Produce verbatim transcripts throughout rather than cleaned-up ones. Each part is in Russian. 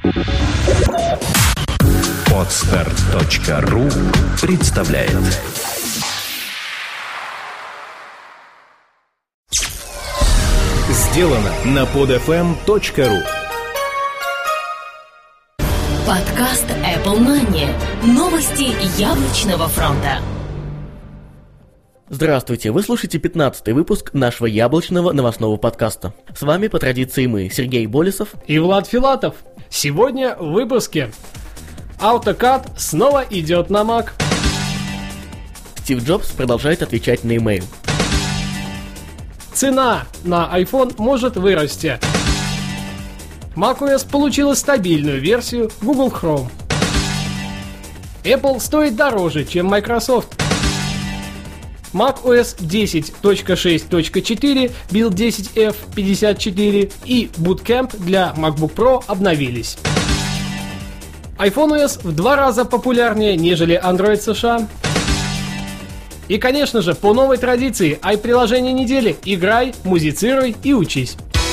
Подстар точка ру представляет. Сделано на под эф эм точка ру. Подкаст Apple Money. Новости яблочного фронта. Здравствуйте, вы слушаете пятнадцатый выпуск нашего яблочного новостного подкаста. С вами по традиции мы, Сергей Болесов и Влад Филатов. Сегодня в выпуске. AutoCAD снова идет на Mac. Стив Джобс продолжает отвечать на имейл. Цена на iPhone может вырасти. macOS получила стабильную версию Google Chrome. Apple стоит дороже, чем Microsoft. macOS десять точка шесть точка четыре, Build десять эф пятьдесят четыре и Bootcamp для MacBook Pro обновились. iPhoneOS в два раза популярнее, нежели Android США. И, конечно же, по новой традиции, ай-приложение недели. Играй, музицируй и учись.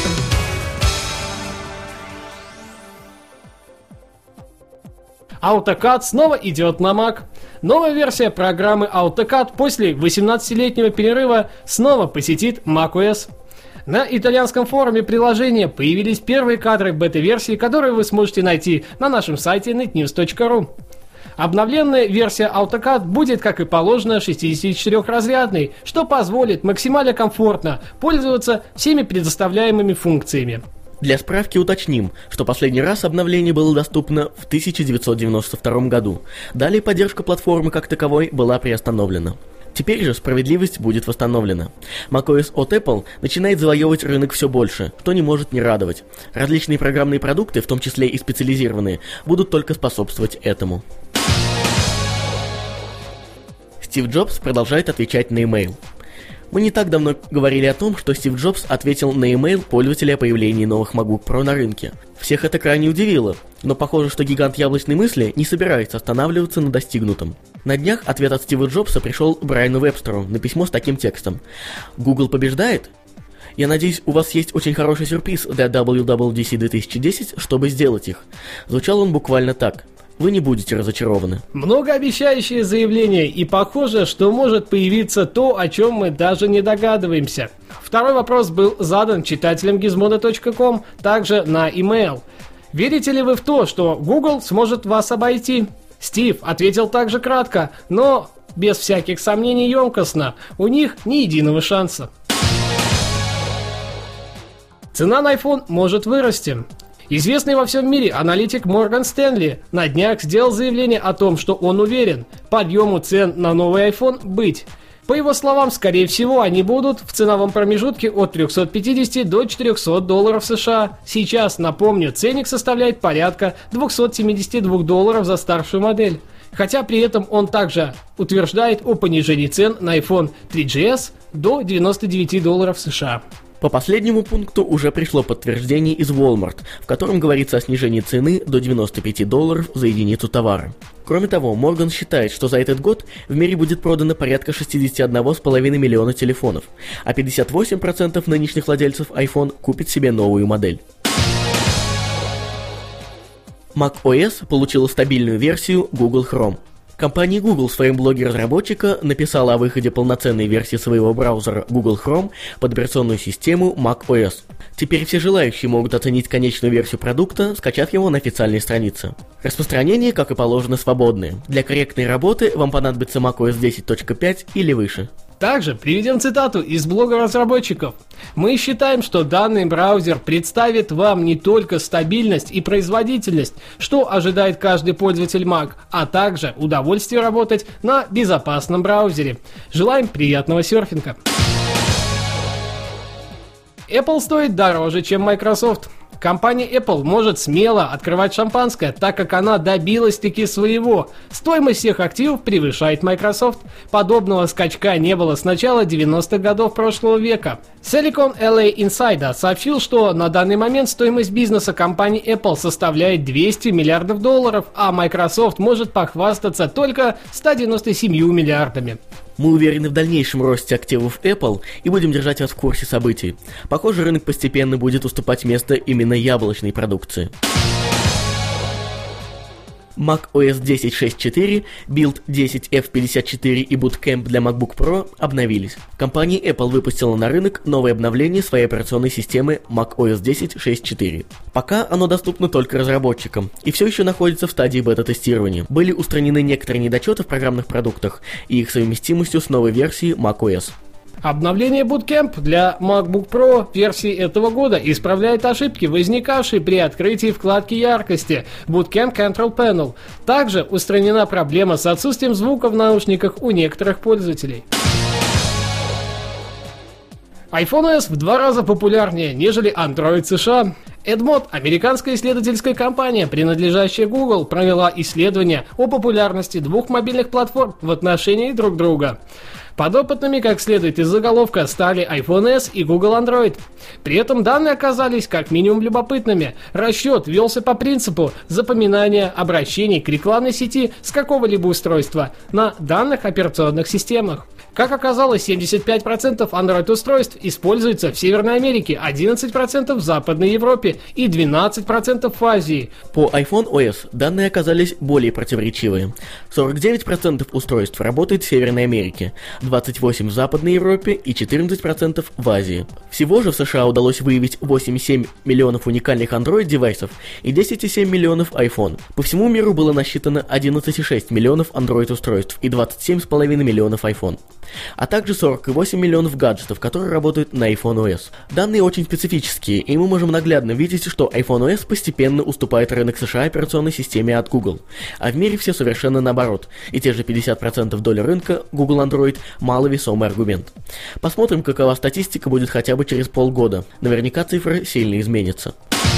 AutoCAD снова идет на Mac. Новая версия программы AutoCAD после восемнадцатилетнего перерыва снова посетит macOS. На итальянском форуме приложения появились первые кадры бета-версии, которые вы сможете найти на нашем сайте нет ньюс точка ру. Обновленная версия AutoCAD будет, как и положено, шестидесятичетырёхразрядной, что позволит максимально комфортно пользоваться всеми предоставляемыми функциями. Для справки уточним, что последний раз обновление было доступно в тысяча девятьсот девяносто втором году. Далее поддержка платформы как таковой была приостановлена. Теперь же справедливость будет восстановлена. macOS от Apple начинает завоевывать рынок все больше, что не может не радовать. Различные программные продукты, в том числе и специализированные, будут только способствовать этому. Стив Джобс продолжает отвечать на имейл. Мы не так давно говорили о том, что Стив Джобс ответил на имейл пользователя о появлении новых MacBook Pro на рынке. Всех это крайне удивило, но похоже, что гигант яблочной мысли не собирается останавливаться на достигнутом. На днях ответ от Стива Джобса пришел Брайану Вебстеру на письмо с таким текстом. «Google побеждает? Я надеюсь, у вас есть очень хороший сюрприз для дабл ю дабл ю ди си две тысячи десять, чтобы сделать их». Звучал он буквально так. Вы не будете разочарованы. Многообещающее заявление, и похоже, что может появиться то, о чем мы даже не догадываемся. Второй вопрос был задан читателям гизмодо точка ком, также на имейл. Верите ли вы в то, что Google сможет вас обойти? Стив ответил также кратко, но без всяких сомнений емкостно. У них ни единого шанса. Цена на iPhone может вырасти. Известный во всем мире аналитик Морган Стэнли на днях сделал заявление о том, что он уверен, подъему цен на новый iPhone быть. По его словам, скорее всего, они будут в ценовом промежутке от трехсот пятидесяти до четырехсот долларов США. Сейчас, напомню, ценник составляет порядка двухсот семидесяти двух долларов за старшую модель. Хотя при этом он также утверждает о понижении цен на iPhone три джи эс до девяноста девяти долларов США. По последнему пункту уже пришло подтверждение из Walmart, в котором говорится о снижении цены до девяноста пяти долларов за единицу товара. Кроме того, Морган считает, что за этот год в мире будет продано порядка шестьдесят один целых пять десятых миллиона телефонов, а пятьдесят восемь процентов нынешних владельцев iPhone купит себе новую модель. macOS получила стабильную версию Google Chrome. Компания Google в своем блоге разработчика написала о выходе полноценной версии своего браузера Google Chrome под операционную систему macOS. Теперь все желающие могут оценить конечную версию продукта, скачав его на официальной странице. Распространение, как и положено, свободное. Для корректной работы вам понадобится macOS десять точка пять или выше. Также приведем цитату из блога разработчиков. «Мы считаем, что данный браузер представит вам не только стабильность и производительность, что ожидает каждый пользователь Mac, а также удовольствие работать на безопасном браузере. Желаем приятного серфинга». Apple стоит дороже, чем Microsoft. Компания Apple может смело открывать шампанское, так как она добилась-таки своего. Стоимость всех активов превышает Microsoft. Подобного скачка не было с начала девяностых годов прошлого века. Silicon эл эй Insider сообщил, что на данный момент стоимость бизнеса компании Apple составляет двести миллиардов долларов, а Microsoft может похвастаться только ста девяноста семью миллиардами. Мы уверены в дальнейшем росте активов Apple и будем держать вас в курсе событий. Похоже, рынок постепенно будет уступать место именно яблочной продукции. macOS десять точка шесть точка четыре, Build десять эф пятьдесят четыре и Bootcamp для MacBook Pro обновились. Компания Apple выпустила на рынок новое обновление своей операционной системы macOS десять точка шесть точка четыре. Пока оно доступно только разработчикам и все еще находится в стадии бета-тестирования. Были устранены некоторые недочеты в программных продуктах и их совместимостью с новой версией macOS. Обновление Bootcamp для MacBook Pro версии этого года исправляет ошибки, возникавшие при открытии вкладки яркости Bootcamp Control Panel. Также устранена проблема с отсутствием звука в наушниках у некоторых пользователей. iPhone в два раза популярнее, нежели Android США. Edmod, американская исследовательская компания, принадлежащая Google, провела исследование о популярности двух мобильных платформ в отношении друг друга. Подопытными, как следует из заголовка, стали iPhone эс и Google Android. При этом данные оказались как минимум любопытными. Расчет велся по принципу запоминания обращений к рекламной сети с какого-либо устройства на данных операционных системах. Как оказалось, семьдесят пять процентов Android-устройств используются в Северной Америке, одиннадцать процентов в Западной Европе и двенадцать процентов в Азии. По iPhone о эс данные оказались более противоречивые. сорок девять процентов устройств работает в Северной Америке, двадцать восемь процентов в Западной Европе и четырнадцать процентов в Азии. Всего же в США удалось выявить восемь целых семь десятых миллионов уникальных Android-девайсов и десять целых семь десятых миллионов iPhone. По всему миру было насчитано одиннадцать целых шесть десятых миллионов Android-устройств и двадцать семь целых пять десятых миллионов iPhone, а также сорок восемь миллионов гаджетов, которые работают на iPhone о эс. Данные очень специфические, и мы можем наглядно видеть, что iPhone о эс постепенно уступает рынок США операционной системе от Google, а в мире все совершенно наоборот, и те же пятьдесят процентов доли рынка Google Android – маловесомый аргумент. Посмотрим, какова статистика будет хотя бы через полгода, наверняка цифры сильно изменятся.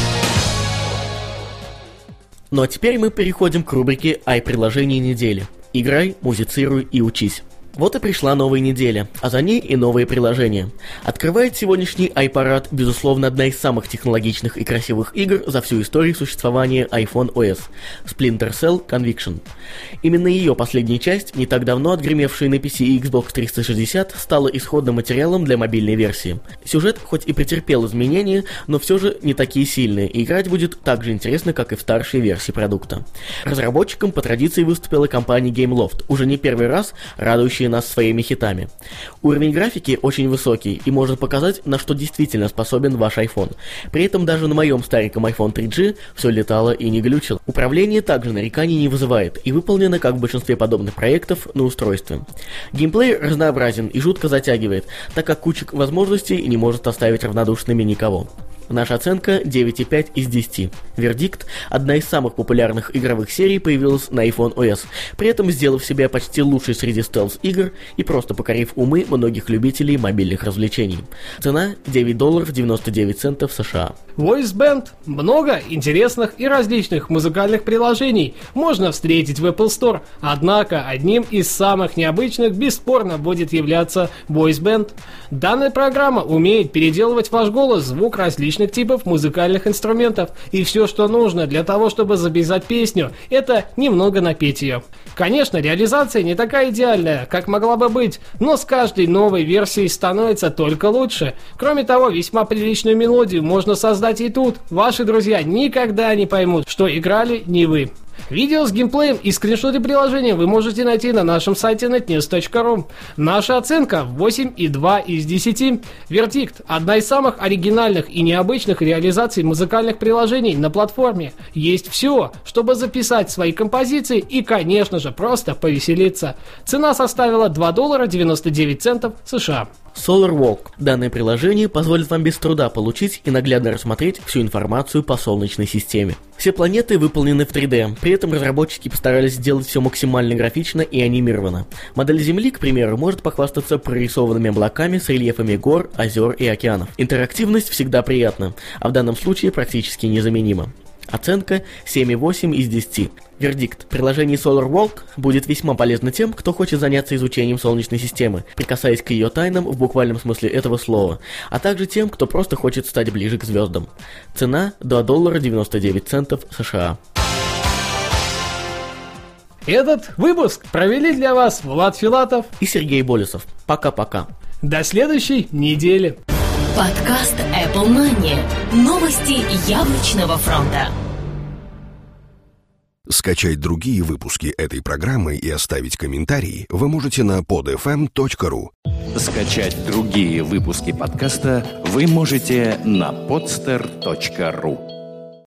Ну а теперь мы переходим к рубрике «Ай-приложение недели». Играй, музицируй и учись. Вот и пришла новая неделя, а за ней и новые приложения. Открывает сегодняшний iParade, безусловно, одна из самых технологичных и красивых игр за всю историю существования iPhone о эс – Splinter Cell Conviction. Именно ее последняя часть, не так давно отгремевшая на пи си и Xbox триста шестьдесят, стала исходным материалом для мобильной версии. Сюжет хоть и претерпел изменения, но все же не такие сильные, и играть будет так же интересно, как и в старшей версии продукта. Разработчиком по традиции выступила компания Gameloft, уже не первый раз радующая нас своими хитами. Уровень графики очень высокий и может показать, на что действительно способен ваш iPhone. При этом даже на моем стареньком iPhone три джи все летало и не глючило. Управление также нареканий не вызывает и выполнено, как в большинстве подобных проектов, на устройстве. Геймплей разнообразен и жутко затягивает, так как куча возможностей не может оставить равнодушными никого. Наша оценка девять целых пять из десяти. Вердикт: одна из самых популярных игровых серий появилась на iPhone о эс, при этом сделав себя почти лучшей среди стелс-игр и просто покорив умы многих любителей мобильных развлечений. Цена девять долларов девяносто девять центов США. VoiceBand. Много интересных и различных музыкальных приложений можно встретить в Apple Store, однако одним из самых необычных бесспорно будет являться VoiceBand. Данная программа умеет переделывать ваш голос в звук различных типов музыкальных инструментов, и все, что нужно для того, чтобы записать песню, это немного напеть ее. Конечно, реализация не такая идеальная, как могла бы быть, но с каждой новой версией становится только лучше. Кроме того, весьма приличную мелодию можно создать и тут. Ваши друзья никогда не поймут, что играли не вы. Видео с геймплеем и скриншоты приложения вы можете найти на нашем сайте нетньюс точка ру. Наша оценка восемь целых два из десяти. Вердикт: одна из самых оригинальных и необычных реализаций музыкальных приложений на платформе. Есть все, чтобы записать свои композиции и, конечно же, просто повеселиться. Цена составила два доллара девяносто девять центов США. SolarWalk. Данное приложение позволит вам без труда получить и наглядно рассмотреть всю информацию по Солнечной системе. Все планеты выполнены в три дэ, при этом разработчики постарались сделать все максимально графично и анимировано. Модель Земли, к примеру, может похвастаться прорисованными облаками с рельефами гор, озер и океанов. Интерактивность всегда приятна, а в данном случае практически незаменима. Оценка семь целых восемь из десяти. Вердикт: приложение SolarWalk будет весьма полезно тем, кто хочет заняться изучением Солнечной системы, прикасаясь к ее тайнам в буквальном смысле этого слова, а также тем, кто просто хочет стать ближе к звездам. Цена два доллара девяносто девять центов США. Этот выпуск провели для вас Влад Филатов и Сергей Болесов. Пока-пока. До следующей недели. Подкаст Apple Money. Новости яблочного фронта. Скачать другие выпуски этой программы и оставить комментарии вы можете на под эф эм точка ру. Скачать другие выпуски подкаста вы можете на подстер точка ру.